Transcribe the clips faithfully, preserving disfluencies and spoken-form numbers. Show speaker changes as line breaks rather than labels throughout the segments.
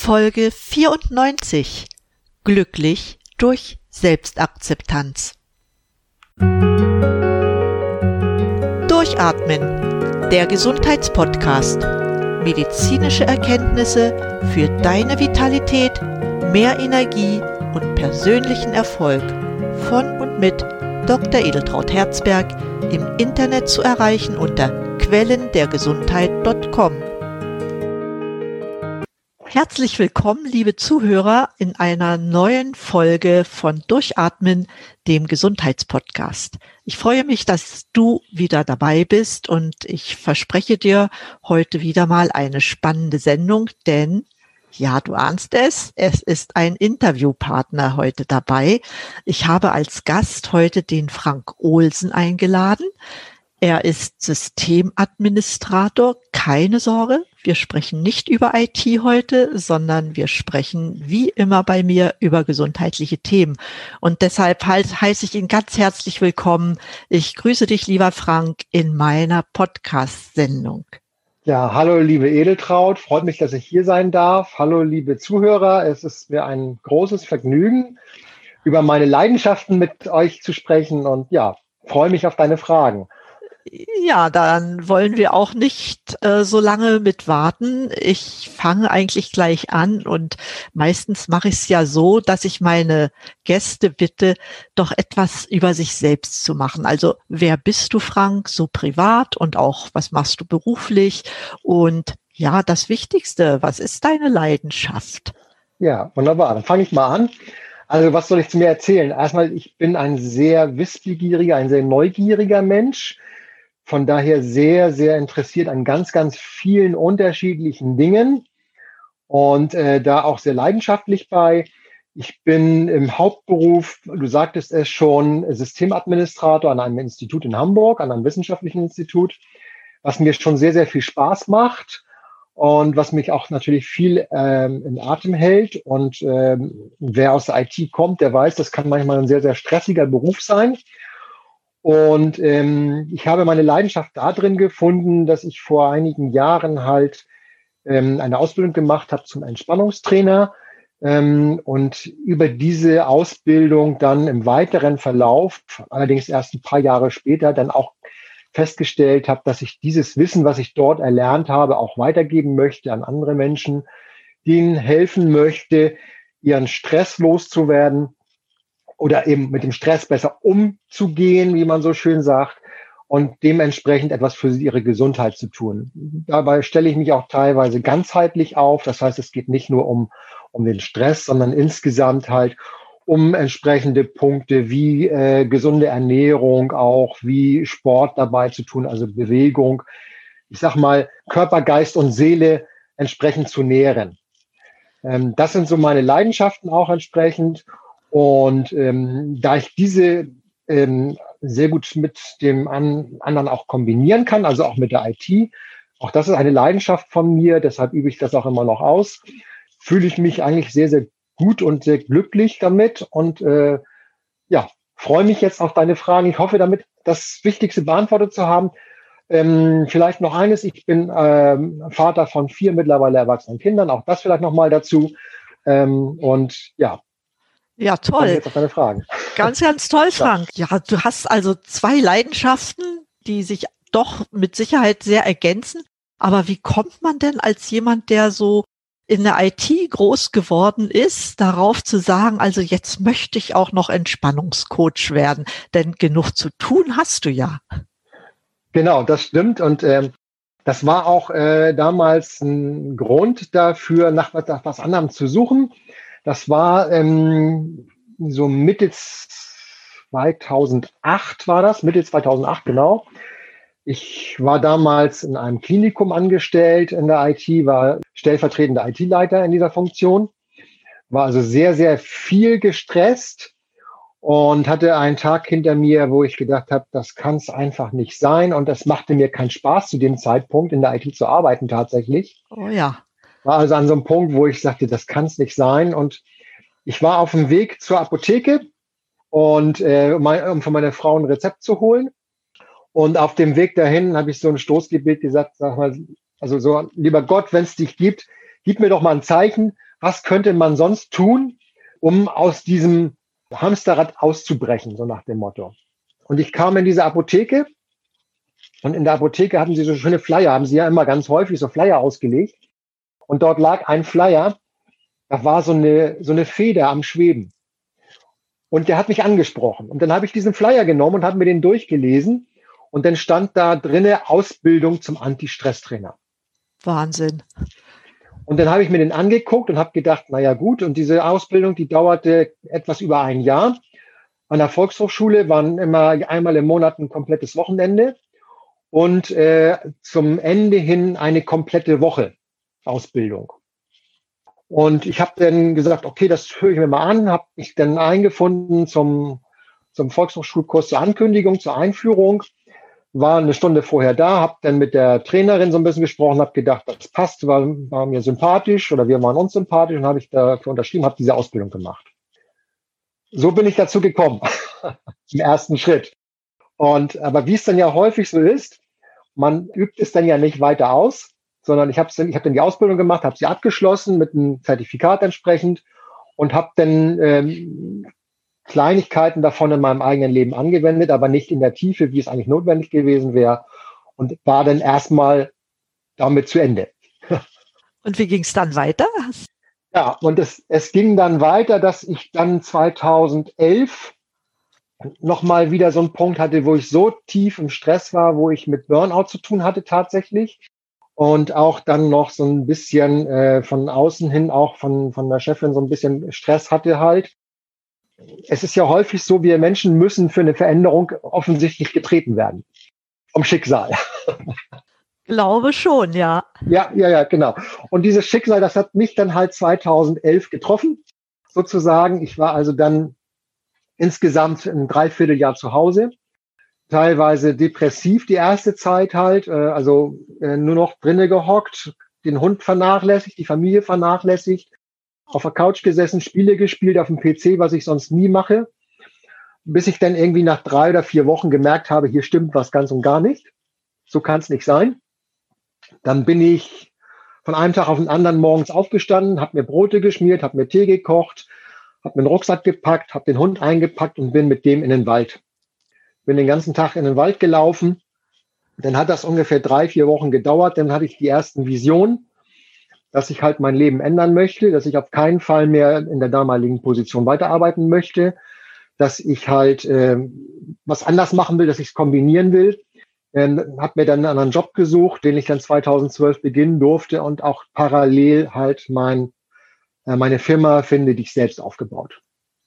Folge vierundneunzig. Glücklich durch Selbstakzeptanz. Durchatmen, der Gesundheitspodcast. Medizinische Erkenntnisse für deine Vitalität, mehr Energie und persönlichen Erfolg. Von und mit Doktor Edeltraud Herzberg, im Internet zu erreichen unter quellendergesundheit punkt com. Herzlich willkommen, liebe Zuhörer, in einer neuen Folge von Durchatmen, dem Gesundheitspodcast. Ich freue mich, dass du wieder dabei bist und ich verspreche dir heute wieder mal eine spannende Sendung, denn, ja, du ahnst es, es ist ein Interviewpartner heute dabei. Ich habe als Gast heute den Frank Olsen eingeladen. Er ist Systemadministrator. Keine Sorge, wir sprechen nicht über I T heute, sondern wir sprechen wie immer bei mir über gesundheitliche Themen. Und deshalb halt heiße ich ihn ganz herzlich willkommen. Ich grüße dich, lieber Frank, in meiner Podcast-Sendung.
Ja, hallo liebe Edeltraud, freut mich, dass ich hier sein darf. Hallo liebe Zuhörer, es ist mir ein großes Vergnügen, über meine Leidenschaften mit euch zu sprechen und ja, freue mich auf deine Fragen.
Ja, dann wollen wir auch nicht äh, so lange mit warten. Ich fange eigentlich gleich an und meistens mache ich es ja so, dass ich meine Gäste bitte, doch etwas über sich selbst zu machen. Also wer bist du, Frank, so privat und auch was machst du beruflich? Und ja, das Wichtigste, was ist deine Leidenschaft?
Ja, wunderbar. Dann fange ich mal an. Also was soll ich zu mir erzählen? Erstmal, ich bin ein sehr wissbegieriger, ein sehr neugieriger Mensch. Von daher sehr, sehr interessiert an ganz, ganz vielen unterschiedlichen Dingen und äh, da auch sehr leidenschaftlich bei. Ich bin im Hauptberuf, du sagtest es schon, Systemadministrator an einem Institut in Hamburg, an einem wissenschaftlichen Institut, was mir schon sehr, sehr viel Spaß macht und was mich auch natürlich viel ähm, in Atem hält. Und ähm, wer aus der I T kommt, der weiß, das kann manchmal ein sehr, sehr stressiger Beruf sein. Und ähm, ich habe meine Leidenschaft da drin gefunden, dass ich vor einigen Jahren halt ähm, eine Ausbildung gemacht habe zum Entspannungstrainer ähm, und über diese Ausbildung dann im weiteren Verlauf, allerdings erst ein paar Jahre später, dann auch festgestellt habe, dass ich dieses Wissen, was ich dort erlernt habe, auch weitergeben möchte an andere Menschen, denen helfen möchte, ihren Stress loszuwerden, oder eben mit dem Stress besser umzugehen, wie man so schön sagt, und dementsprechend etwas für ihre Gesundheit zu tun. Dabei stelle ich mich auch teilweise ganzheitlich auf. Das heißt, es geht nicht nur um, um den Stress, sondern insgesamt halt um entsprechende Punkte wie äh, gesunde Ernährung, auch wie Sport dabei zu tun, also Bewegung. Ich sag mal, Körper, Geist und Seele entsprechend zu nähren. Ähm, das sind so meine Leidenschaften auch entsprechend. Und ähm, da ich diese ähm, sehr gut mit dem an, anderen auch kombinieren kann, also auch mit der I T, auch das ist eine Leidenschaft von mir, deshalb übe ich das auch immer noch aus, fühle ich mich eigentlich sehr, sehr gut und sehr glücklich damit und äh, ja, freue mich jetzt auf deine Fragen. Ich hoffe, damit das Wichtigste beantwortet zu haben. Ähm, vielleicht noch eines, ich bin ähm, Vater von vier mittlerweile erwachsenen Kindern, auch das vielleicht nochmal dazu. Ähm, und ja,
Ja, toll.
Jetzt auf deine Fragen.
Ganz, ganz toll, Frank. Ja, du hast also zwei Leidenschaften, die sich doch mit Sicherheit sehr ergänzen. Aber wie kommt man denn als jemand, der so in der I T groß geworden ist, darauf zu sagen, also jetzt möchte ich auch noch Entspannungscoach werden? Denn genug zu tun hast du ja.
Genau, das stimmt. Und ähm, das war auch äh, damals ein Grund dafür, nach, nach was anderem zu suchen. Das war ähm, so Mitte zweitausendacht war das, Mitte zweitausendacht genau. Ich war damals in einem Klinikum angestellt in der I T, war stellvertretender I T-Leiter in dieser Funktion, war also sehr, sehr viel gestresst und hatte einen Tag hinter mir, wo ich gedacht habe, das kann es einfach nicht sein und das machte mir keinen Spaß zu dem Zeitpunkt in der I T zu arbeiten tatsächlich.
Oh ja.
War also an so einem Punkt, wo ich sagte, das kann es nicht sein. Und ich war auf dem Weg zur Apotheke und äh, um von meiner Frau ein Rezept zu holen. Und auf dem Weg dahin habe ich so ein Stoßgebet gesagt, sag mal, also so, lieber Gott, wenn es dich gibt, gib mir doch mal ein Zeichen, was könnte man sonst tun, um aus diesem Hamsterrad auszubrechen, so nach dem Motto. Und ich kam in diese Apotheke und in der Apotheke hatten sie so schöne Flyer, haben sie ja immer ganz häufig so Flyer ausgelegt. Und dort lag ein Flyer, da war so eine, so eine Feder am Schweben. Und der hat mich angesprochen. Und dann habe ich diesen Flyer genommen und habe mir den durchgelesen. Und dann stand da drinne Ausbildung zum Anti-Stress-Trainer.
Wahnsinn.
Und dann habe ich mir den angeguckt und habe gedacht, naja gut, und diese Ausbildung, die dauerte etwas über ein Jahr. An der Volkshochschule waren immer einmal im Monat ein komplettes Wochenende und äh, zum Ende hin eine komplette Woche Ausbildung. Und ich habe dann gesagt, okay, das höre ich mir mal an, habe mich dann eingefunden zum, zum Volkshochschulkurs zur Ankündigung, zur Einführung, war eine Stunde vorher da, habe dann mit der Trainerin so ein bisschen gesprochen, habe gedacht, das passt, war, war mir sympathisch oder wir waren uns sympathisch und habe ich dafür unterschrieben, habe diese Ausbildung gemacht. So bin ich dazu gekommen, im ersten Schritt. Und aber wie es dann ja häufig so ist, man übt es dann ja nicht weiter aus, sondern ich habe ich hab dann die Ausbildung gemacht, habe sie abgeschlossen mit einem Zertifikat entsprechend und habe dann ähm, Kleinigkeiten davon in meinem eigenen Leben angewendet, aber nicht in der Tiefe, wie es eigentlich notwendig gewesen wäre und war dann erstmal damit zu Ende.
Und wie ging es dann weiter?
Ja, und es, es ging dann weiter, dass ich dann zweitausendelf nochmal wieder so einen Punkt hatte, wo ich so tief im Stress war, wo ich mit Burnout zu tun hatte tatsächlich. Und auch dann noch so ein bisschen äh, von außen hin, auch von, von der Chefin so ein bisschen Stress hatte halt. Es ist ja häufig so, wir Menschen müssen für eine Veränderung offensichtlich getreten werden. Vom Schicksal.
Glaube schon, ja.
Ja, ja, ja, genau. Und dieses Schicksal, das hat mich dann halt zweitausendelf getroffen, sozusagen. Ich war also dann insgesamt ein Dreivierteljahr zu Hause. Teilweise depressiv die erste Zeit halt, äh, also äh, nur noch drinnen gehockt, den Hund vernachlässigt, die Familie vernachlässigt, auf der Couch gesessen, Spiele gespielt auf dem P C, was ich sonst nie mache, bis ich dann irgendwie nach drei oder vier Wochen gemerkt habe, hier stimmt was ganz und gar nicht. So kann es nicht sein. Dann bin ich von einem Tag auf den anderen morgens aufgestanden, habe mir Brote geschmiert, habe mir Tee gekocht, habe mir einen Rucksack gepackt, habe den Hund eingepackt und bin mit dem in den Wald. Bin den ganzen Tag in den Wald gelaufen. Dann hat das ungefähr drei, vier Wochen gedauert. Dann hatte ich die ersten Visionen, dass ich halt mein Leben ändern möchte, dass ich auf keinen Fall mehr in der damaligen Position weiterarbeiten möchte, dass ich halt äh, was anders machen will, dass ich es kombinieren will. Ähm, habe mir dann einen anderen Job gesucht, den ich dann zweitausendzwölf beginnen durfte und auch parallel halt mein, äh, meine Firma Finde dich selbst aufgebaut.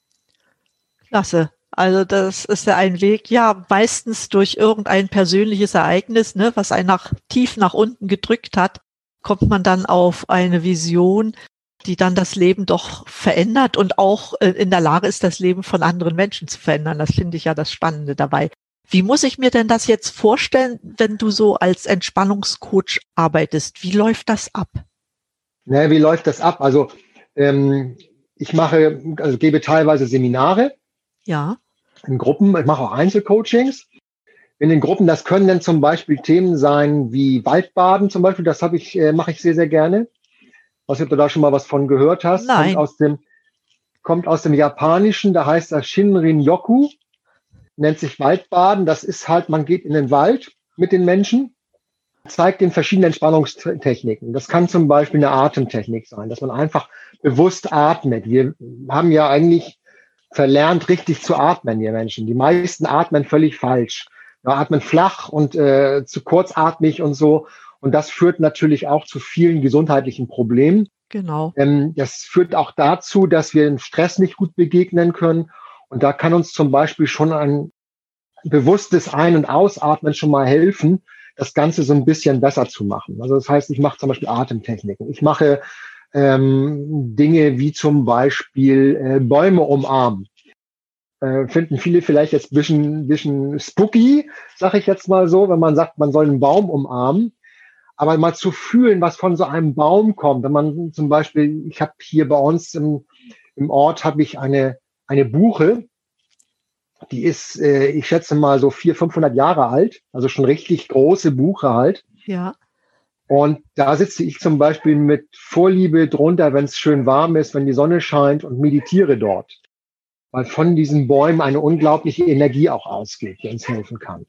Klasse. Also das ist ja ein Weg, ja, meistens durch irgendein persönliches Ereignis, ne, was einen nach, tief nach unten gedrückt hat, kommt man dann auf eine Vision, die dann das Leben doch verändert und auch in der Lage ist, das Leben von anderen Menschen zu verändern. Das finde ich ja das Spannende dabei. Wie muss ich mir denn das jetzt vorstellen, wenn du so als Entspannungscoach arbeitest? Wie läuft das ab?
Naja, wie läuft das ab? Also ähm, ich mache, also gebe teilweise Seminare.
Ja.
In Gruppen, ich mache auch Einzelcoachings. In den Gruppen, das können dann zum Beispiel Themen sein wie Waldbaden zum Beispiel, das habe ich, äh, mache ich sehr, sehr gerne. Ich weiß nicht, ob du da schon mal was von gehört hast.
Nein.
Kommt aus dem, kommt aus dem Japanischen, da heißt das Shinrin-yoku, nennt sich Waldbaden. Das ist halt, man geht in den Wald mit den Menschen, zeigt den verschiedenen Entspannungstechniken. Das kann zum Beispiel eine Atemtechnik sein, dass man einfach bewusst atmet. Wir haben ja eigentlich verlernt, richtig zu atmen, wir Menschen. Die meisten atmen völlig falsch. Wir atmen flach und äh, zu kurzatmig und so. Und das führt natürlich auch zu vielen gesundheitlichen Problemen.
Genau.
Ähm, das führt auch dazu, dass wir dem Stress nicht gut begegnen können. Und da kann uns zum Beispiel schon ein bewusstes Ein- und Ausatmen schon mal helfen, das Ganze so ein bisschen besser zu machen. Also das heißt, ich mache zum Beispiel Atemtechniken. Ich mache ähm, Dinge wie zum Beispiel äh, Bäume umarmen. Äh, finden viele vielleicht jetzt ein bisschen, bisschen spooky, sage ich jetzt mal so, wenn man sagt, man soll einen Baum umarmen. Aber mal zu fühlen, was von so einem Baum kommt. Wenn man zum Beispiel, ich habe hier bei uns im, im Ort habe ich eine, eine Buche, die ist, äh, ich schätze mal so vierhundert, fünfhundert Jahre alt, also schon richtig große Buche halt.
Ja.
Und da sitze ich zum Beispiel mit Vorliebe drunter, wenn es schön warm ist, wenn die Sonne scheint und meditiere dort. Weil von diesen Bäumen eine unglaubliche Energie auch ausgeht, die uns helfen kann.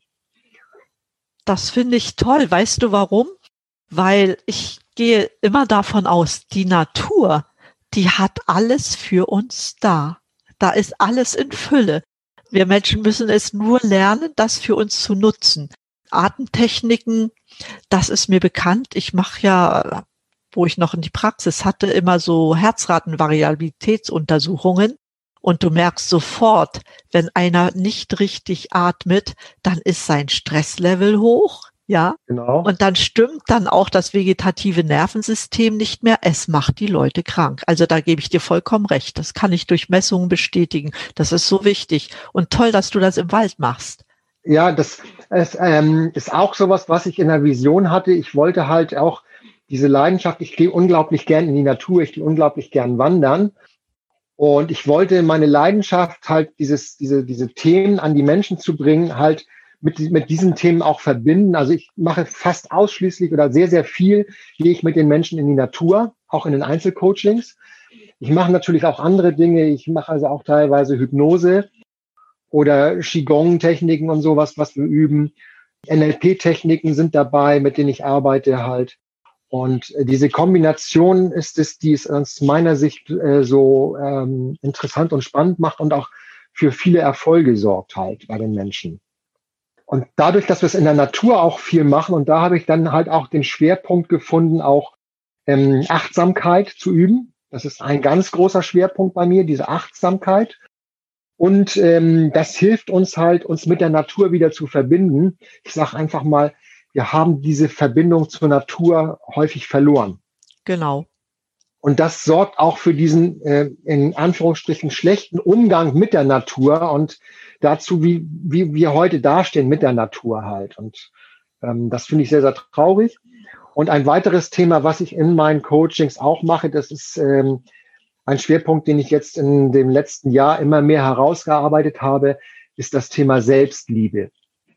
Das finde ich toll. Weißt du warum? Weil ich gehe immer davon aus, die Natur, die hat alles für uns da. Da ist alles in Fülle. Wir Menschen müssen es nur lernen, das für uns zu nutzen. Atemtechniken, das ist mir bekannt. Ich mache ja, wo ich noch in die Praxis hatte, immer so Herzratenvariabilitätsuntersuchungen. Und du merkst sofort, wenn einer nicht richtig atmet, dann ist sein Stresslevel hoch, ja.
Genau.
Und dann stimmt dann auch das vegetative Nervensystem nicht mehr. Es macht die Leute krank. Also da gebe ich dir vollkommen recht. Das kann ich durch Messungen bestätigen. Das ist so wichtig. Und toll, dass du das im Wald machst.
Ja, das es, ähm, ist auch sowas, was ich in der Vision hatte. Ich wollte halt auch diese Leidenschaft, ich gehe unglaublich gern in die Natur, ich gehe unglaublich gern wandern. Und ich wollte meine Leidenschaft halt, dieses, diese, diese Themen an die Menschen zu bringen, halt mit, mit diesen Themen auch verbinden. Also ich mache fast ausschließlich oder sehr, sehr viel, gehe ich mit den Menschen in die Natur, auch in den Einzelcoachings. Ich mache natürlich auch andere Dinge. Ich mache also auch teilweise Hypnose oder Qigong-Techniken und sowas, was wir üben. N L P-Techniken sind dabei, mit denen ich arbeite halt. Und diese Kombination ist es, die es aus meiner Sicht äh, so ähm, interessant und spannend macht und auch für viele Erfolge sorgt halt bei den Menschen. Und dadurch, dass wir es in der Natur auch viel machen, und da habe ich dann halt auch den Schwerpunkt gefunden, auch ähm, Achtsamkeit zu üben. Das ist ein ganz großer Schwerpunkt bei mir, diese Achtsamkeit. Und ähm, das hilft uns halt, uns mit der Natur wieder zu verbinden. Ich sage einfach mal, wir haben diese Verbindung zur Natur häufig verloren.
Genau.
Und das sorgt auch für diesen, äh, in Anführungsstrichen, schlechten Umgang mit der Natur und dazu, wie, wie wir heute dastehen mit der Natur halt. Und ähm, das finde ich sehr, sehr traurig. Und ein weiteres Thema, was ich in meinen Coachings auch mache, das ist ähm, ein Schwerpunkt, den ich jetzt in dem letzten Jahr immer mehr herausgearbeitet habe, ist das Thema Selbstliebe.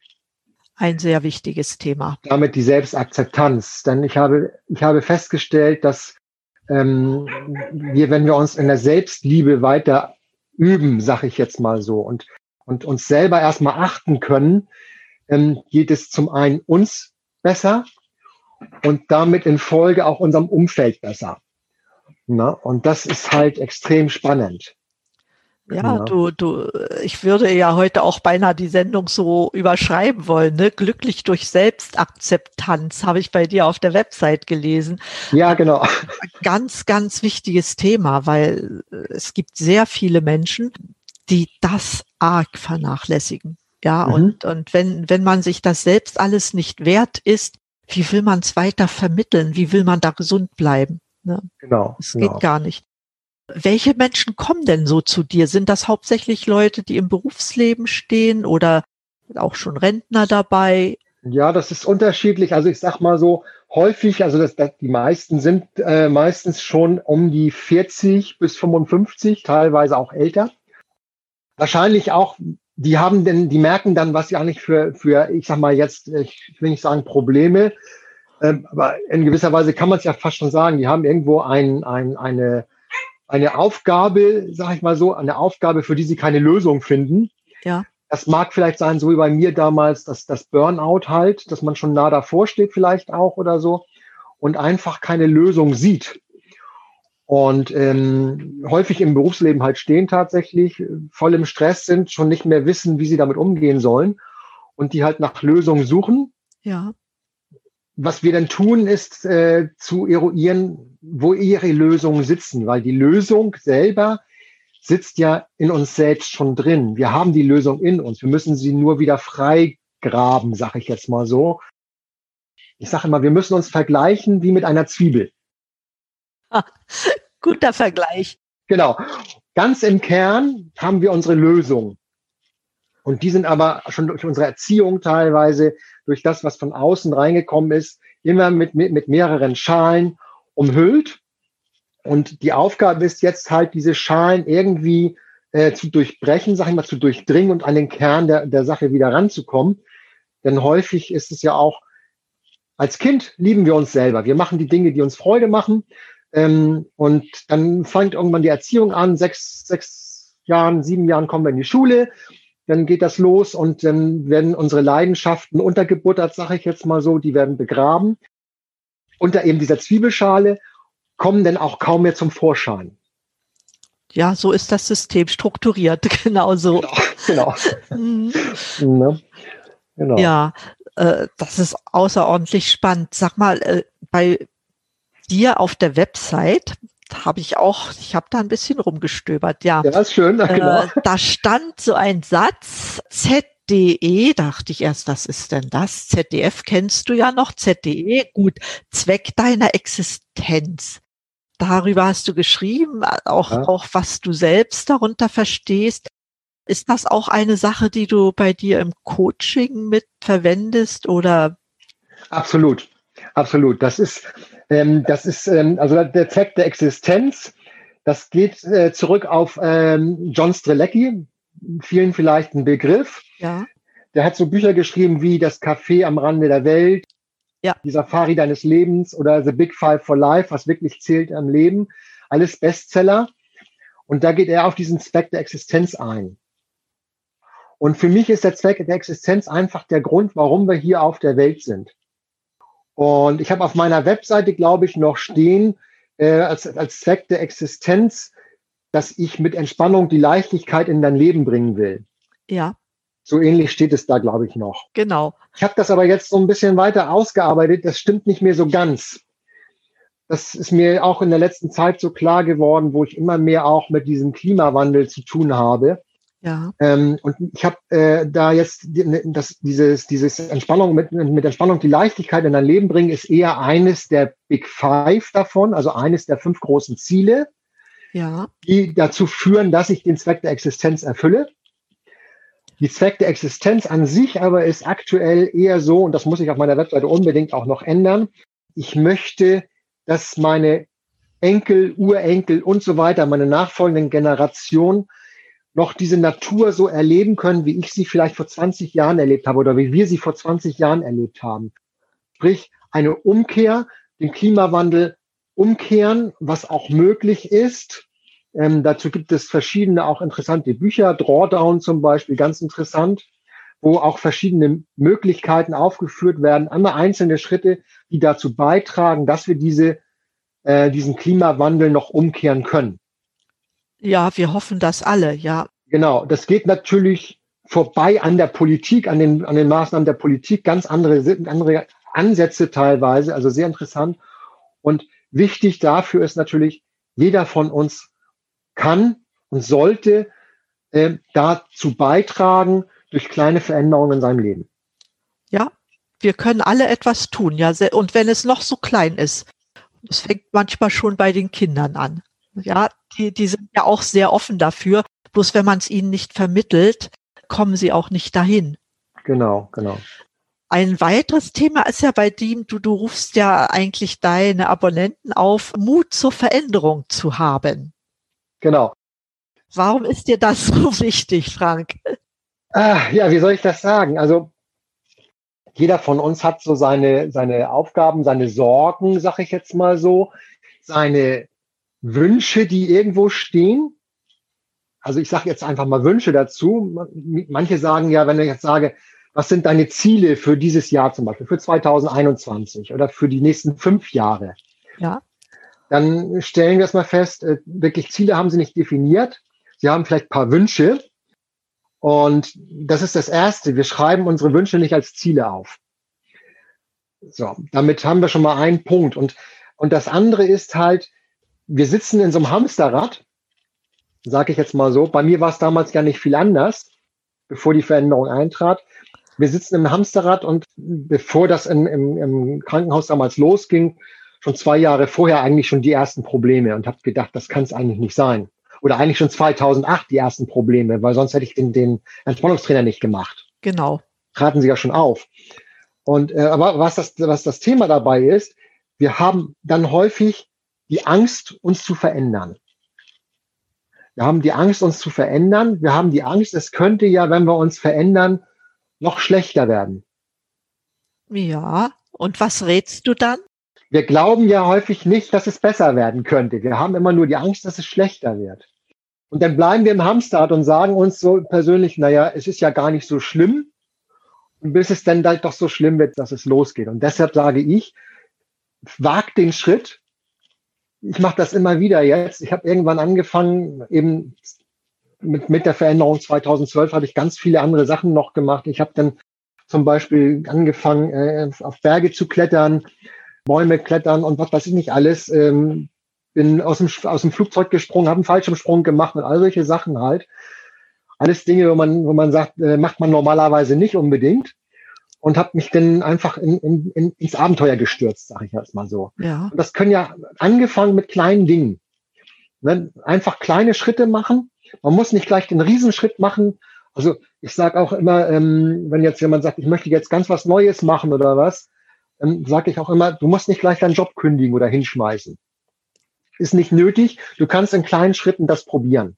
Ein sehr wichtiges Thema.
Damit die Selbstakzeptanz. Denn ich habe, ich habe festgestellt, dass ähm, wir, wenn wir uns in der Selbstliebe weiter üben, sage ich jetzt mal so, und, und uns selber erstmal achten können, ähm, geht es zum einen uns besser und damit in Folge auch unserem Umfeld besser. Na, und das ist halt extrem spannend.
Ja,
Ja.
du, du, ich würde ja heute auch beinahe die Sendung so überschreiben wollen, ne? Glücklich durch Selbstakzeptanz habe ich bei dir auf der Website gelesen.
Ja, genau.
Ganz, ganz wichtiges Thema, weil es gibt sehr viele Menschen, die das arg vernachlässigen. Ja,
Mhm.
und, und wenn, wenn man sich das selbst alles nicht wert ist, wie will man es weiter vermitteln? Wie will man da gesund bleiben? Ne?
Genau.
Das
genau.
geht gar nicht. Welche Menschen kommen denn so zu dir? Sind das hauptsächlich Leute, die im Berufsleben stehen oder auch schon Rentner dabei?
Ja, das ist unterschiedlich. Also ich sag mal so, häufig, also das, das, die meisten sind äh, meistens schon um die vierzig bis fünfundfünfzig, teilweise auch älter. Wahrscheinlich auch, die haben denn, die merken dann, was sie eigentlich für, für, ich sag mal jetzt, ich will nicht sagen Probleme, ähm, aber in gewisser Weise kann man es ja fast schon sagen, die haben irgendwo ein, ein, eine, eine Aufgabe, sag ich mal so, eine Aufgabe, für die sie keine Lösung finden.
Ja.
Das mag vielleicht sein, so wie bei mir damals, dass das Burnout halt, dass man schon nah davor steht vielleicht auch oder so und einfach keine Lösung sieht. Und ähm, häufig im Berufsleben halt stehen tatsächlich, voll im Stress sind, schon nicht mehr wissen, wie sie damit umgehen sollen und die halt nach Lösungen suchen.
Ja.
Was wir dann tun, ist äh, zu eruieren, wo ihre Lösungen sitzen, weil die Lösung selber sitzt ja in uns selbst schon drin. Wir haben die Lösung in uns. Wir müssen sie nur wieder freigraben, sage ich jetzt mal so. Ich sage immer, wir müssen uns vergleichen wie mit einer Zwiebel.
Ah, guter Vergleich.
Genau. Ganz im Kern haben wir unsere Lösung. Und die sind aber schon durch unsere Erziehung teilweise, durch das, was von außen reingekommen ist, immer mit, mit, mit mehreren Schalen umhüllt. Und die Aufgabe ist jetzt halt, diese Schalen irgendwie äh, zu durchbrechen, sag ich mal, zu durchdringen und an den Kern der, der Sache wieder ranzukommen. Denn häufig ist es ja auch als Kind lieben wir uns selber. Wir machen die Dinge, die uns Freude machen. Ähm, und dann fängt irgendwann die Erziehung an. Sechs, sechs Jahren, sieben Jahren kommen wir in die Schule. Dann geht das los und dann werden unsere Leidenschaften untergebuttert, sage ich jetzt mal so. Die werden begraben unter eben dieser Zwiebelschale, kommen dann auch kaum mehr zum Vorschein.
Ja, so ist das System strukturiert, genau so.
Genau, genau.
Mhm.
Ne? Genau.
Ja, äh, das ist außerordentlich spannend. Sag mal, äh, bei dir auf der Website habe ich auch, ich habe da ein bisschen rumgestöbert, ja.
Ja, ist schön, genau.
Äh, da stand so ein Satz, Z D E, dachte ich erst, was ist denn das? Z D F kennst du ja noch, Z D E, gut, Zweck deiner Existenz. Darüber hast du geschrieben, auch,
Ja.
auch was du selbst darunter verstehst. Ist das auch eine Sache, die du bei dir im Coaching mit verwendest oder?
Absolut, absolut. Das ist, ähm, das ist, ähm, also der Zweck der Existenz. Das geht äh, zurück auf ähm, John Strelecki, vielen vielleicht ein Begriff.
Ja.
Der hat so Bücher geschrieben wie Das Café am Rande der Welt,
Ja.
Die Safari deines Lebens oder The Big Five for Life, was wirklich zählt am Leben. Alles Bestseller. Und da geht er auf diesen Zweck der Existenz ein. Und für mich ist der Zweck der Existenz einfach der Grund, warum wir hier auf der Welt sind. Und ich habe auf meiner Webseite, glaube ich, noch stehen, äh, als, als Zweck der Existenz, dass ich mit Entspannung die Leichtigkeit in dein Leben bringen will.
Ja.
So ähnlich steht es da, glaube ich, noch.
Genau.
Ich habe das aber jetzt so ein bisschen weiter ausgearbeitet. Das stimmt nicht mehr so ganz. Das ist mir auch in der letzten Zeit so klar geworden, wo ich immer mehr auch mit diesem Klimawandel zu tun habe.
Ja.
Ähm, und ich habe äh, da jetzt die, das, dieses, dieses Entspannung mit, mit Entspannung die Leichtigkeit in dein Leben bringen, ist eher eines der Big Five davon, also eines der fünf großen Ziele,
Ja.
die dazu führen, dass ich den Zweck der Existenz erfülle. Die Zweck der Existenz an sich aber ist aktuell eher so, und das muss ich auf meiner Webseite unbedingt auch noch ändern, ich möchte, dass meine Enkel, Urenkel und so weiter, meine nachfolgenden Generationen noch diese Natur so erleben können, wie ich sie vielleicht vor zwanzig Jahren erlebt habe oder wie wir sie vor zwanzig Jahren erlebt haben. Sprich, eine Umkehr, den Klimawandel umkehren, was auch möglich ist. Ähm, dazu gibt es verschiedene auch interessante Bücher, Drawdown zum Beispiel, ganz interessant, wo auch verschiedene Möglichkeiten aufgeführt werden, einmal einzelne Schritte, die dazu beitragen, dass wir diese, äh, diesen Klimawandel noch umkehren können.
Ja, wir hoffen das alle, ja.
Genau, das geht natürlich vorbei an der Politik, an den, an den Maßnahmen der Politik, ganz andere, andere Ansätze teilweise, also sehr interessant. Und wichtig dafür ist natürlich, jeder von uns kann und sollte äh, dazu beitragen durch kleine Veränderungen in seinem Leben.
Ja, wir können alle etwas tun, ja, und wenn es noch so klein ist. Das fängt manchmal schon bei den Kindern an. Ja, die, die sind ja auch sehr offen dafür. Bloß wenn man es ihnen nicht vermittelt, kommen sie auch nicht dahin.
Genau, genau.
Ein weiteres Thema ist ja bei dem, du, du rufst ja eigentlich deine Abonnenten auf, Mut zur Veränderung zu haben.
Genau.
Warum ist dir das so wichtig, Frank?
Ah, ja, wie soll ich das sagen? Also jeder von uns hat so seine, seine Aufgaben, seine Sorgen, sag ich jetzt mal so, seine Wünsche, die irgendwo stehen. Also ich sage jetzt einfach mal Wünsche dazu. Manche sagen ja, wenn ich jetzt sage, was sind deine Ziele für dieses Jahr zum Beispiel, für zwanzig einundzwanzig oder für die nächsten fünf Jahre?
Ja.
Dann stellen wir es mal fest, wirklich Ziele haben sie nicht definiert. Sie haben vielleicht ein paar Wünsche. Und das ist das Erste. Wir schreiben unsere Wünsche nicht als Ziele auf. So, damit haben wir schon mal einen Punkt. Und, und das andere ist halt, wir sitzen in so einem Hamsterrad, sage ich jetzt mal so. Bei mir war es damals gar nicht viel anders, bevor die Veränderung eintrat. Wir sitzen im Hamsterrad und bevor das in, im, im Krankenhaus damals losging, schon zwei Jahre vorher eigentlich schon die ersten Probleme und habe gedacht, das kann es eigentlich nicht sein. Oder eigentlich schon zweitausendacht die ersten Probleme, weil sonst hätte ich den, den Entspannungstrainer nicht gemacht.
Genau.
Traten sie ja schon auf. Und äh, aber was das, was das Thema dabei ist, wir haben dann häufig die Angst, uns zu verändern. Wir haben die Angst, uns zu verändern. Wir haben die Angst, es könnte ja, wenn wir uns verändern, noch schlechter werden.
Ja, Und was rätst du dann?
Wir glauben ja häufig nicht, dass es besser werden könnte. Wir haben immer nur die Angst, dass es schlechter wird. Und dann bleiben wir im Hamsterrad und sagen uns so persönlich, naja, es ist ja gar nicht so schlimm, bis es dann halt doch so schlimm wird, dass es losgeht. Und deshalb sage ich, wag den Schritt. Ich mache das immer wieder jetzt. Ich habe irgendwann angefangen, eben mit, mit der Veränderung zweitausendzwölf habe ich ganz viele andere Sachen noch gemacht. Ich habe dann zum Beispiel angefangen, äh, auf Berge zu klettern, Bäume klettern und was weiß ich nicht alles. Ähm, bin aus dem, aus dem Flugzeug gesprungen, habe einen Fallschirmsprung gemacht und all solche Sachen halt. Alles Dinge, wo man, wo man sagt, äh, macht man normalerweise nicht unbedingt. Und habe mich dann einfach in, in, in, ins Abenteuer gestürzt, sage ich jetzt mal so.
Ja.
Und das können ja angefangen mit kleinen Dingen. Ne? Einfach kleine Schritte machen. Man muss nicht gleich den Riesenschritt machen. Also ich sage auch immer, ähm, wenn jetzt jemand sagt, ich möchte jetzt ganz was Neues machen oder was, ähm, sage ich auch immer, du musst nicht gleich deinen Job kündigen oder hinschmeißen. Ist nicht nötig. Du kannst in kleinen Schritten das probieren.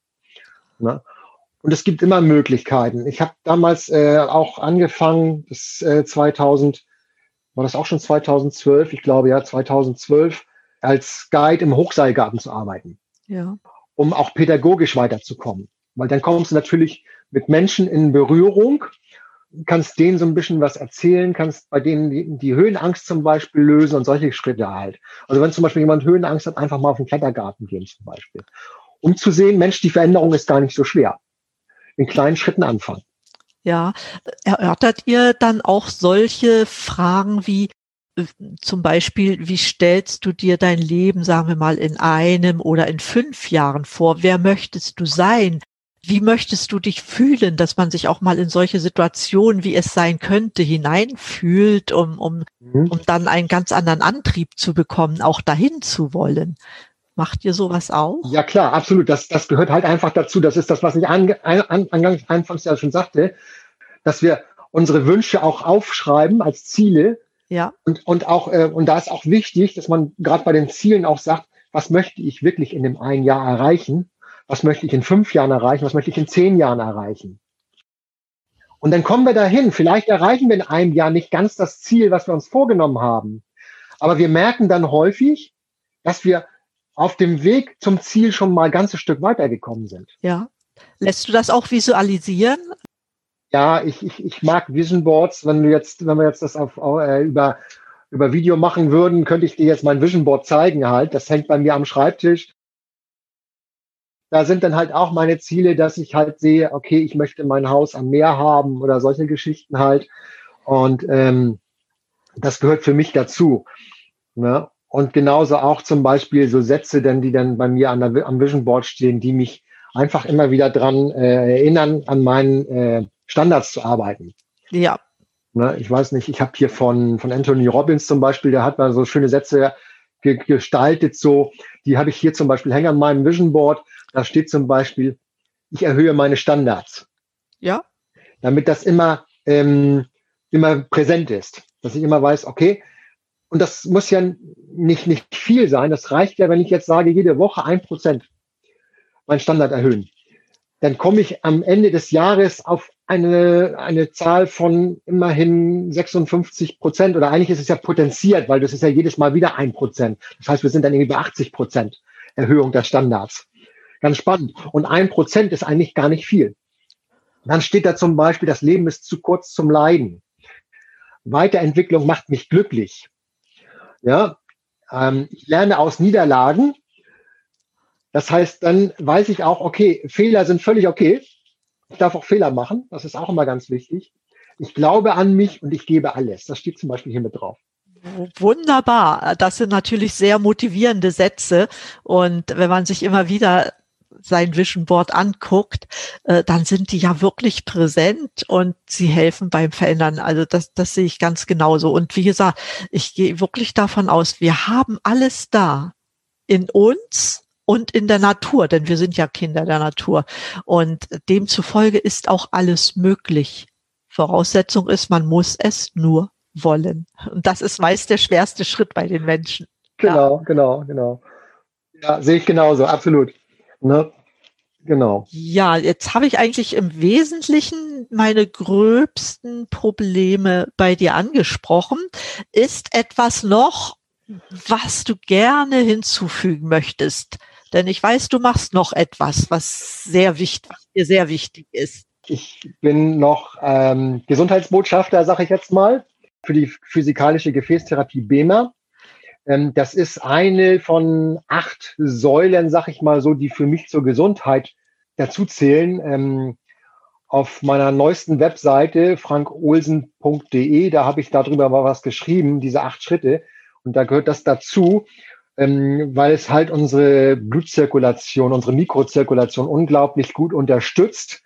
Ne? Und es gibt immer Möglichkeiten. Ich habe damals äh, auch angefangen, das äh, zweitausend, war das auch schon zweitausendzwölf? Ich glaube ja, zweitausendzwölf, als Guide im Hochseilgarten zu arbeiten.
Ja.
Um auch pädagogisch weiterzukommen. Weil dann kommst du natürlich mit Menschen in Berührung, kannst denen so ein bisschen was erzählen, kannst bei denen die, die Höhenangst zum Beispiel lösen und solche Schritte halt. Also wenn zum Beispiel jemand Höhenangst hat, einfach mal auf den Klettergarten gehen zum Beispiel. Um zu sehen, Mensch, die Veränderung ist gar nicht so schwer. In kleinen Schritten anfangen.
Ja, erörtert ihr dann auch solche Fragen wie äh, zum Beispiel, wie stellst du dir dein Leben, sagen wir mal, in einem oder in fünf Jahren vor? Wer möchtest du sein? Wie möchtest du dich fühlen, dass man sich auch mal in solche Situationen, wie es sein könnte, hineinfühlt, um, um,
Mhm.
um dann einen ganz anderen Antrieb zu bekommen, auch dahin zu wollen? Macht ihr sowas auch?
Ja klar, absolut. Das, das gehört halt einfach dazu. Das ist das, was ich an, an, angangs, anfangs ja schon sagte, dass wir unsere Wünsche auch aufschreiben als Ziele.
Ja.
Und, und auch, äh, und da ist auch wichtig, dass man gerade bei den Zielen auch sagt, was möchte ich wirklich in dem einen Jahr erreichen? Was möchte ich in fünf Jahren erreichen? Was möchte ich in zehn Jahren erreichen? Und dann kommen wir dahin. Vielleicht erreichen wir in einem Jahr nicht ganz das Ziel, was wir uns vorgenommen haben. Aber wir merken dann häufig, dass wir auf dem Weg zum Ziel schon mal ein ganzes Stück weitergekommen sind.
Ja. Lässt du das auch visualisieren?
Ja, ich, ich, ich mag Vision Boards. Wenn du jetzt, wenn wir jetzt das auf, äh, über, über Video machen würden, könnte ich dir jetzt mein Vision Board zeigen halt. Das hängt bei mir am Schreibtisch. Da sind dann halt auch meine Ziele, dass ich halt sehe, okay, ich möchte mein Haus am Meer haben oder solche Geschichten halt. Und ähm, das gehört für mich dazu. Ne? Und genauso auch zum Beispiel so Sätze, denn, die dann bei mir an der, am Vision Board stehen, die mich einfach immer wieder dran äh, erinnern, an meinen äh, Standards zu arbeiten.
Ja.
Ne? Ich weiß nicht, ich habe hier von, von Anthony Robbins zum Beispiel, der hat mal so schöne Sätze ge gestaltet, so, die habe ich hier zum Beispiel hängen an meinem Vision Board. Da steht zum Beispiel, ich erhöhe meine Standards.
Ja.
Damit das immer, ähm, immer präsent ist. Dass ich immer weiß, okay, und das muss ja nicht, nicht viel sein. Das reicht ja, wenn ich jetzt sage, jede Woche ein Prozent meinen Standard erhöhen. Dann komme ich am Ende des Jahres auf eine, eine Zahl von immerhin sechsundfünfzig Prozent. Oder eigentlich ist es ja potenziert, weil das ist ja jedes Mal wieder ein Prozent. Das heißt, wir sind dann irgendwie bei achtzig Prozent Erhöhung der Standards. Ganz spannend. Und ein Prozent ist eigentlich gar nicht viel. Dann steht da zum Beispiel, das Leben ist zu kurz zum Leiden. Weiterentwicklung macht mich glücklich. Ja, ähm, ich lerne aus Niederlagen. Das heißt, dann weiß ich auch, okay, Fehler sind völlig okay. Ich darf auch Fehler machen. Das ist auch immer ganz wichtig. Ich glaube an mich und ich gebe alles. Das steht zum Beispiel hier mit drauf.
Wunderbar. Das sind natürlich sehr motivierende Sätze. Und wenn man sich immer wieder sein Vision Board anguckt, äh, dann sind die ja wirklich präsent und sie helfen beim Verändern. Also das, das sehe ich ganz genauso. Und wie gesagt, ich gehe wirklich davon aus, wir haben alles da in uns und in der Natur, denn wir sind ja Kinder der Natur. Und demzufolge ist auch alles möglich. Voraussetzung ist, man muss es nur wollen. Und das ist meist der schwerste Schritt bei den Menschen.
Genau, ja. genau, genau. Ja, sehe ich genauso, absolut. Ne? Genau.
Ja, jetzt habe ich eigentlich im Wesentlichen meine gröbsten Probleme bei dir angesprochen. Ist etwas noch, was du gerne hinzufügen möchtest? Denn ich weiß, du machst noch etwas, was sehr wichtig, was dir sehr wichtig ist.
Ich bin noch ähm, Gesundheitsbotschafter, sage ich jetzt mal, für die physikalische Gefäßtherapie B E M A. Ähm, das ist eine von acht Säulen, sag ich mal so, die für mich zur Gesundheit dazu zählen. Ähm, auf meiner neuesten Webseite frank olsen punkt de, da habe ich darüber mal was geschrieben, diese acht Schritte. Und da gehört das dazu, ähm, weil es halt unsere Blutzirkulation, unsere Mikrozirkulation unglaublich gut unterstützt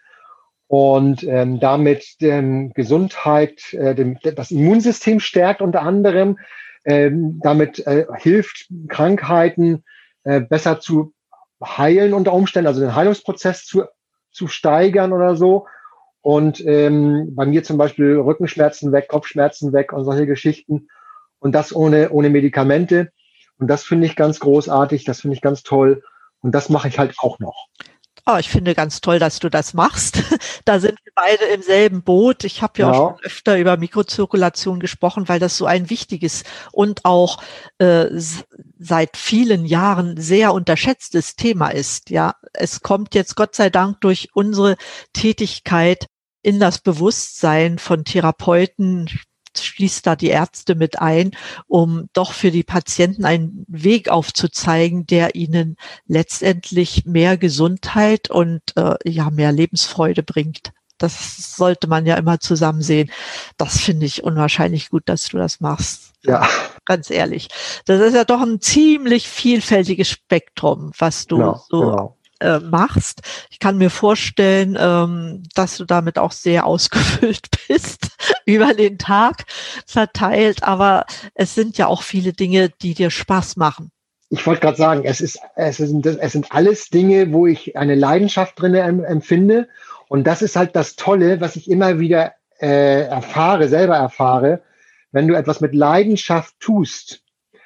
und ähm, damit ähm, Gesundheit, äh, dem, das Immunsystem stärkt unter anderem, ähm, damit äh, hilft, Krankheiten äh, besser zu heilen unter Umständen, also den Heilungsprozess zu, zu steigern oder so. Und ähm, bei mir zum Beispiel Rückenschmerzen weg, Kopfschmerzen weg und solche Geschichten. Und das ohne, ohne Medikamente. Und das finde ich ganz großartig, das finde ich ganz toll. Und das mache ich halt auch noch.
Oh, ich finde ganz toll, dass du das machst. Da sind wir beide im selben Boot. Ich habe ja
Genau.
auch schon öfter über Mikrozirkulation gesprochen, weil das so ein wichtiges und auch äh, seit vielen Jahren sehr unterschätztes Thema ist. Ja, es kommt jetzt Gott sei Dank durch unsere Tätigkeit in das Bewusstsein von Therapeuten, schließt da die Ärzte mit ein, um doch für die Patienten einen Weg aufzuzeigen, der ihnen letztendlich mehr Gesundheit und äh, ja mehr Lebensfreude bringt. Das sollte man ja immer zusammen sehen. Das finde ich unwahrscheinlich gut, dass du das machst.
Ja.
Ganz ehrlich. Das ist ja doch ein ziemlich vielfältiges Spektrum, was du
Genau,
so
genau.
äh, machst. Ich kann mir vorstellen, ähm, dass du damit auch sehr ausgefüllt bist, über den Tag verteilt. Aber es sind ja auch viele Dinge, die dir Spaß machen.
Ich wollte gerade sagen, es ist, es sind, es sind alles Dinge, wo ich eine Leidenschaft drin empfinde. Und das ist halt das Tolle, was ich immer wieder äh, erfahre, selber erfahre. Wenn du etwas mit Leidenschaft tust,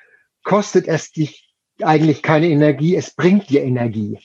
kostet es dich eigentlich keine Energie, es bringt dir Energie.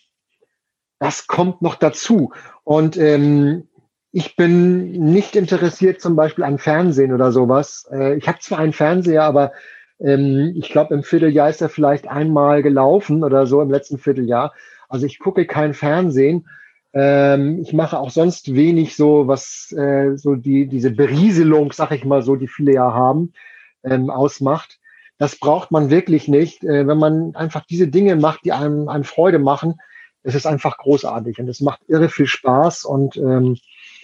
Das kommt noch dazu. Und ähm, ich bin nicht interessiert zum Beispiel an Fernsehen oder sowas. Äh, ich habe zwar einen Fernseher, aber ähm, ich glaube, im Vierteljahr ist er vielleicht einmal gelaufen oder so im letzten Vierteljahr. Also ich gucke kein Fernsehen. Ähm, ich mache auch sonst wenig so, was äh, so die diese Berieselung, sag ich mal so, die viele ja haben, ähm, ausmacht. Das braucht man wirklich nicht. Äh, wenn man einfach diese Dinge macht, die einem, einem Freude machen, es ist einfach großartig und es macht irre viel Spaß und ähm,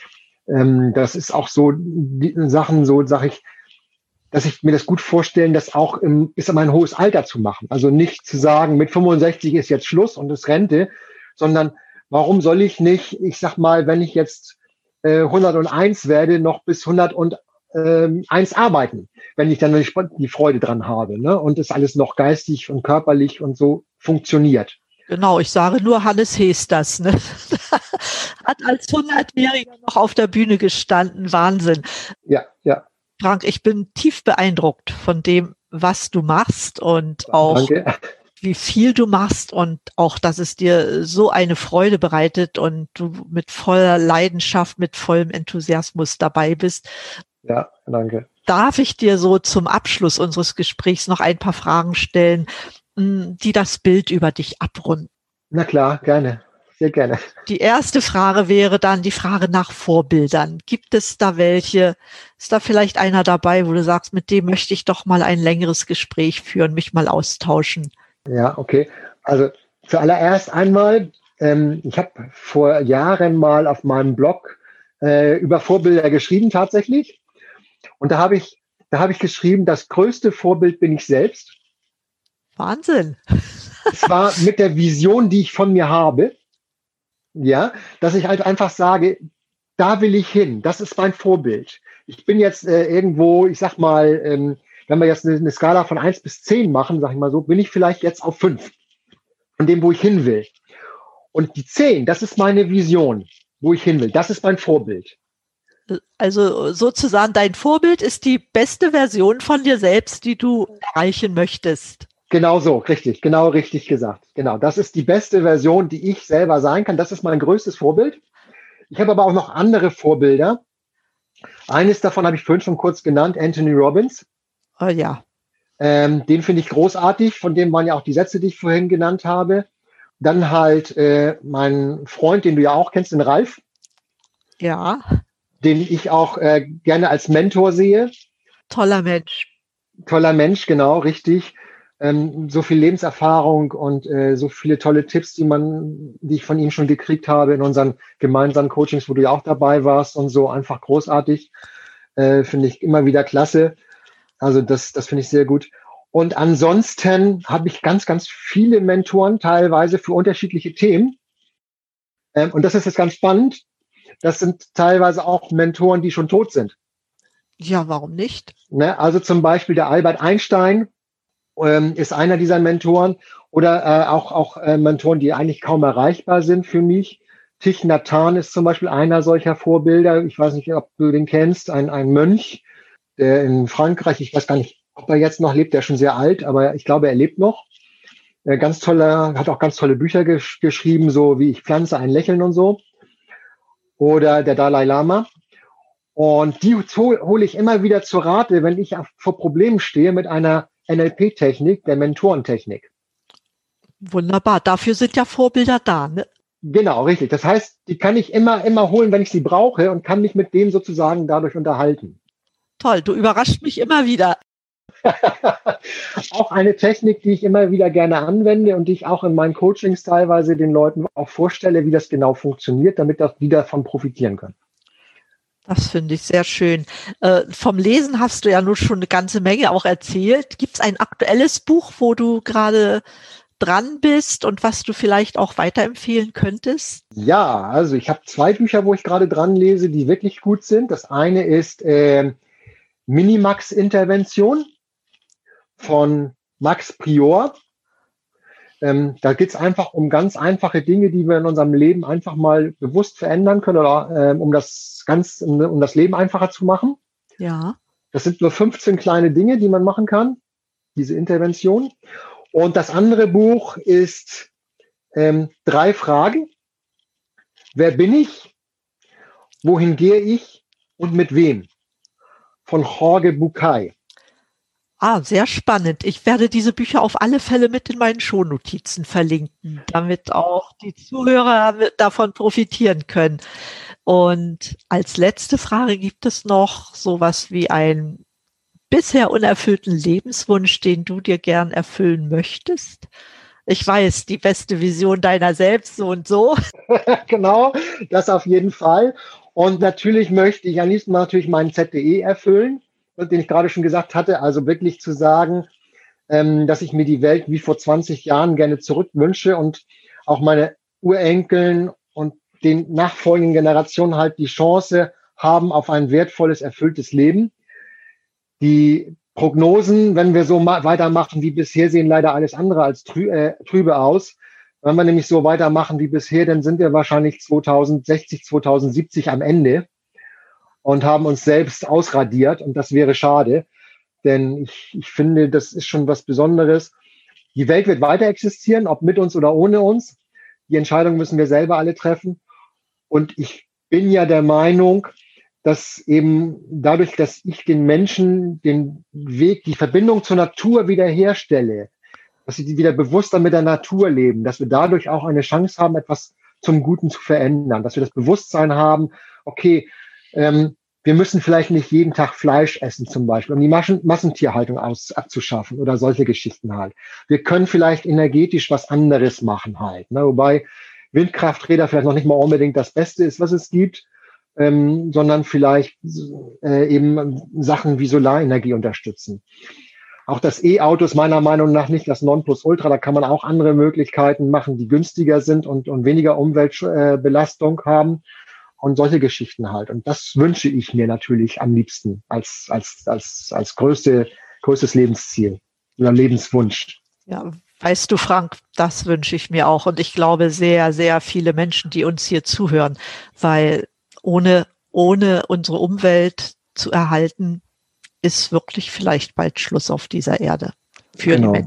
ähm, das ist auch so die Sachen, so sage ich, dass ich mir das gut vorstellen, das auch im, bis in mein hohes Alter zu machen. Also nicht zu sagen, mit fünfundsechzig ist jetzt Schluss und ist Rente, sondern warum soll ich nicht, ich sag mal, wenn ich jetzt äh, hunderteins werde, noch bis hunderteins arbeiten, wenn ich dann die Freude dran habe, ne? Und es alles noch geistig und körperlich und so funktioniert.
Genau, ich sage nur Hannes Hesters, ne? Hat als hundertjähriger noch auf der Bühne gestanden. Wahnsinn.
Ja, ja.
Frank, ich bin tief beeindruckt von dem, was du machst und auch
Danke.
Wie viel du machst und auch, dass es dir so eine Freude bereitet und du mit voller Leidenschaft, mit vollem Enthusiasmus dabei bist.
Ja, danke.
Darf ich dir so zum Abschluss unseres Gesprächs noch ein paar Fragen stellen, die das Bild über dich abrunden?
Na klar, gerne. Sehr gerne.
Die erste Frage wäre dann die Frage nach Vorbildern. Gibt es da welche? Ist da vielleicht einer dabei, wo du sagst, mit dem möchte ich doch mal ein längeres Gespräch führen, mich mal austauschen?
Ja, okay. Also zuallererst einmal, ähm, ich habe vor Jahren mal auf meinem Blog äh, über Vorbilder geschrieben tatsächlich. Und da habe ich, da habe ich geschrieben, das größte Vorbild bin ich selbst.
Wahnsinn.
Es war mit der Vision, die ich von mir habe, ja, dass ich halt einfach sage, da will ich hin, das ist mein Vorbild. Ich bin jetzt äh, irgendwo, ich sag mal, ähm, wenn wir jetzt eine, eine Skala von eins bis zehn machen, sag ich mal so, bin ich vielleicht jetzt auf fünf, von dem, wo ich hin will. Und die zehn, das ist meine Vision, wo ich hin will, das ist mein Vorbild.
Also sozusagen dein Vorbild ist die beste Version von dir selbst, die du erreichen möchtest.
Genau so, richtig, genau richtig gesagt. Genau, das ist die beste Version, die ich selber sein kann. Das ist mein größtes Vorbild. Ich habe aber auch noch andere Vorbilder. Eines davon habe ich vorhin schon kurz genannt, Anthony Robbins.
Oh ja.
Ähm, den finde ich großartig, von dem waren ja auch die Sätze, die ich vorhin genannt habe. Dann halt äh, mein Freund, den du ja auch kennst, den Ralf.
Ja.
Den ich auch äh, gerne als Mentor sehe.
Toller Mensch.
Toller Mensch, genau, richtig. Ähm, so viel Lebenserfahrung und äh, so viele tolle Tipps, die man, die ich von ihm schon gekriegt habe in unseren gemeinsamen Coachings, wo du ja auch dabei warst und so, einfach großartig. Äh, finde ich immer wieder klasse. Also das, das finde ich sehr gut. Und ansonsten habe ich ganz, ganz viele Mentoren, teilweise für unterschiedliche Themen. Ähm, und das ist jetzt ganz spannend. Das sind teilweise auch Mentoren, die schon tot sind.
Ja, warum nicht?
Ne? Also zum Beispiel der Albert Einstein ähm, ist einer dieser Mentoren oder äh, auch, auch äh, Mentoren, die eigentlich kaum erreichbar sind für mich. Thich Nhat Hanh ist zum Beispiel einer solcher Vorbilder. Ich weiß nicht, ob du den kennst, ein, ein Mönch, der in Frankreich, ich weiß gar nicht, ob er jetzt noch lebt, der ist schon sehr alt, aber ich glaube, er lebt noch. Äh, ganz tolle, hat auch ganz tolle Bücher gesch geschrieben, so wie Ich pflanze ein Lächeln und so. Oder der Dalai Lama. Und die hole ich immer wieder zur Rate, wenn ich vor Problemen stehe mit einer N L P-Technik, der Mentorentechnik.
Wunderbar. Dafür sind ja Vorbilder da, ne?
Genau, richtig. Das heißt, die kann ich immer, immer holen, wenn ich sie brauche und kann mich mit denen sozusagen dadurch unterhalten.
Toll, du überraschst mich immer wieder.
Auch eine Technik, die ich immer wieder gerne anwende und die ich auch in meinen Coachings teilweise den Leuten auch vorstelle, wie das genau funktioniert, damit die davon profitieren können.
Das finde ich sehr schön. Äh, vom Lesen hast du ja nur schon eine ganze Menge auch erzählt. Gibt es ein aktuelles Buch, wo du gerade dran bist und was du vielleicht auch weiterempfehlen könntest?
Ja, also ich habe zwei Bücher, wo ich gerade dran lese, die wirklich gut sind. Das eine ist äh, Minimax-Intervention von Max Prior. Ähm, da geht es einfach um ganz einfache Dinge, die wir in unserem Leben einfach mal bewusst verändern können oder ähm, um das ganz, um, um das Leben einfacher zu machen.
Ja.
Das sind nur fünfzehn kleine Dinge, die man machen kann, diese Intervention. Und das andere Buch ist ähm, Drei Fragen. Wer bin ich? Wohin gehe ich? Und mit wem? Von Jorge Bucay.
Ah, sehr spannend. Ich werde diese Bücher auf alle Fälle mit in meinen Shownotizen verlinken, damit auch die Zuhörer davon profitieren können. Und als letzte Frage, gibt es noch sowas wie einen bisher unerfüllten Lebenswunsch, den du dir gern erfüllen möchtest? Ich weiß, die beste Vision deiner selbst so und so.
Genau, das auf jeden Fall. Und natürlich möchte ich am liebsten natürlich meinen Z D E erfüllen, den ich gerade schon gesagt hatte, also wirklich zu sagen, ähm, dass ich mir die Welt wie vor zwanzig Jahren gerne zurückwünsche und auch meine Urenkeln und den nachfolgenden Generationen halt die Chance haben auf ein wertvolles, erfülltes Leben. Die Prognosen, wenn wir so weitermachen wie bisher, sehen leider alles andere als trü äh, trübe aus. Wenn wir nämlich so weitermachen wie bisher, dann sind wir wahrscheinlich zweitausendsechzig, zweitausendsiebzig am Ende und haben uns selbst ausradiert. Und das wäre schade, denn ich, ich finde, das ist schon was Besonderes. Die Welt wird weiter existieren, ob mit uns oder ohne uns. Die Entscheidung müssen wir selber alle treffen. Und ich bin ja der Meinung, dass eben dadurch, dass ich den Menschen den Weg, die Verbindung zur Natur wiederherstelle, dass sie wieder bewusster mit der Natur leben, dass wir dadurch auch eine Chance haben, etwas zum Guten zu verändern, dass wir das Bewusstsein haben, okay, ähm, wir müssen vielleicht nicht jeden Tag Fleisch essen zum Beispiel, um die Massen Massentierhaltung aus, abzuschaffen oder solche Geschichten halt. Wir können vielleicht energetisch was anderes machen halt, ne? Wobei Windkrafträder vielleicht noch nicht mal unbedingt das Beste ist, was es gibt, ähm, sondern vielleicht äh, eben Sachen wie Solarenergie unterstützen. Auch das E-Auto ist meiner Meinung nach nicht das Nonplusultra. Da kann man auch andere Möglichkeiten machen, die günstiger sind und, und weniger Umweltbelastung äh, haben und solche Geschichten halt. Und das wünsche ich mir natürlich am liebsten als, als, als, als größte, größtes Lebensziel oder Lebenswunsch.
Ja, weißt du, Frank, das wünsche ich mir auch. Und ich glaube sehr, sehr viele Menschen, die uns hier zuhören, weil ohne, ohne unsere Umwelt zu erhalten, ist wirklich vielleicht bald Schluss auf dieser Erde für
genau.
die Menschen.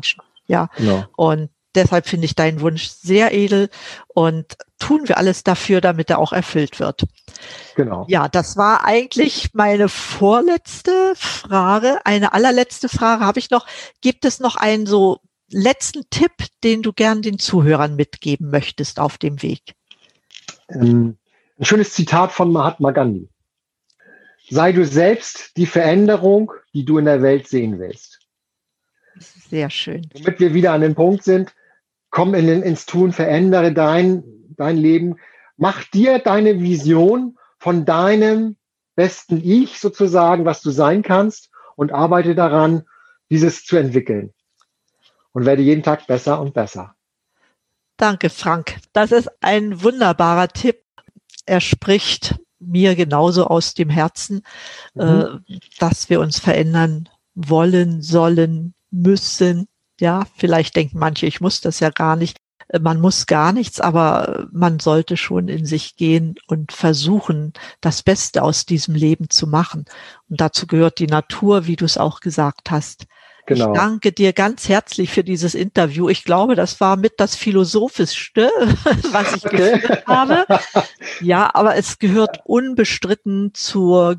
Ja, genau. Und deshalb finde ich deinen Wunsch sehr edel und tun wir alles dafür, damit er auch erfüllt wird.
Genau.
Ja, das war eigentlich meine vorletzte Frage. Eine allerletzte Frage habe ich noch. Gibt es noch einen so letzten Tipp, den du gern den Zuhörern mitgeben möchtest auf dem Weg?
Ähm, ein schönes Zitat von Mahatma Gandhi. Sei du selbst die Veränderung, die du in der Welt sehen willst.
Sehr schön.
Womit wir wieder an dem Punkt sind, komm in den, ins Tun, verändere dein, dein Leben, mach dir deine Vision von deinem besten Ich sozusagen, was du sein kannst, und arbeite daran, dieses zu entwickeln. Und werde jeden Tag besser und besser.
Danke, Frank. Das ist ein wunderbarer Tipp. Er spricht mir genauso aus dem Herzen, mhm. äh, dass wir uns verändern wollen, sollen, müssen. Ja, vielleicht denken manche, ich muss das ja gar nicht. Man muss gar nichts, aber man sollte schon in sich gehen und versuchen, das Beste aus diesem Leben zu machen. Und dazu gehört die Natur, wie du es auch gesagt hast. Genau. Ich danke dir ganz herzlich für dieses Interview. Ich glaube, das war mit das Philosophischste, was ich okay. geführt habe. Ja, aber es gehört unbestritten zur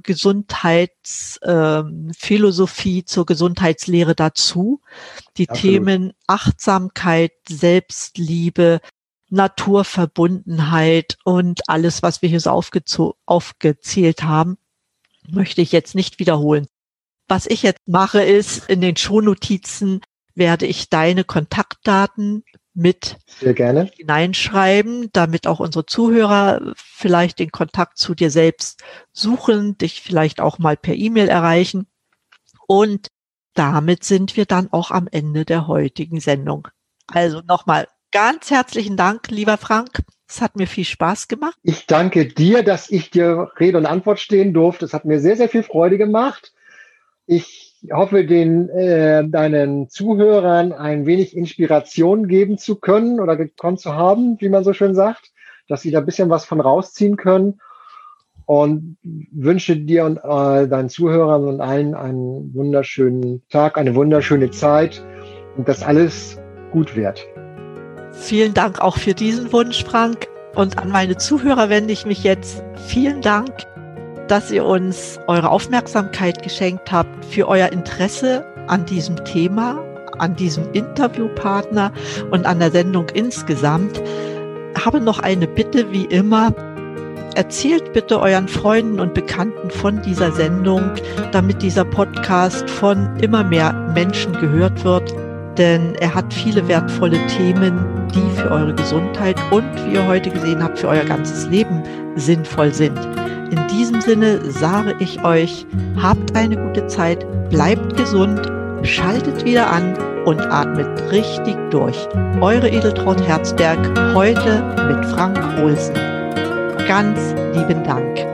Gesundheitsphilosophie, äh, zur Gesundheitslehre dazu. Die Absolut. Themen Achtsamkeit, Selbstliebe, Naturverbundenheit und alles, was wir hier so aufgezo- aufgezählt haben, möchte ich jetzt nicht wiederholen. Was ich jetzt mache, ist, in den Shownotizen werde ich deine Kontaktdaten mit
Sehr gerne.
hineinschreiben, damit auch unsere Zuhörer vielleicht den Kontakt zu dir selbst suchen, dich vielleicht auch mal per E-Mail erreichen. Und damit sind wir dann auch am Ende der heutigen Sendung. Also nochmal ganz herzlichen Dank, lieber Frank. Es hat mir viel Spaß gemacht.
Ich danke dir, dass ich dir Rede und Antwort stehen durfte. Es hat mir sehr, sehr viel Freude gemacht. Ich hoffe, den äh, deinen Zuhörern ein wenig Inspiration geben zu können oder gekonnt zu haben, wie man so schön sagt, dass sie da ein bisschen was von rausziehen können, und wünsche dir und äh, deinen Zuhörern und allen einen wunderschönen Tag, eine wunderschöne Zeit und dass alles gut wird.
Vielen Dank auch für diesen Wunsch, Frank. Und an meine Zuhörer wende ich mich jetzt. Vielen Dank, dass ihr uns eure Aufmerksamkeit geschenkt habt, für euer Interesse an diesem Thema, an diesem Interviewpartner und an der Sendung insgesamt. Ich habe noch eine Bitte, wie immer. Erzählt bitte euren Freunden und Bekannten von dieser Sendung, damit dieser Podcast von immer mehr Menschen gehört wird, denn er hat viele wertvolle Themen, die für eure Gesundheit und, wie ihr heute gesehen habt, für euer ganzes Leben sinnvoll sind. In diesem Sinne sage ich euch, habt eine gute Zeit, bleibt gesund, schaltet wieder an und atmet richtig durch. Eure Edeltraud Herzberg, heute mit Frank Olsen. Ganz lieben Dank.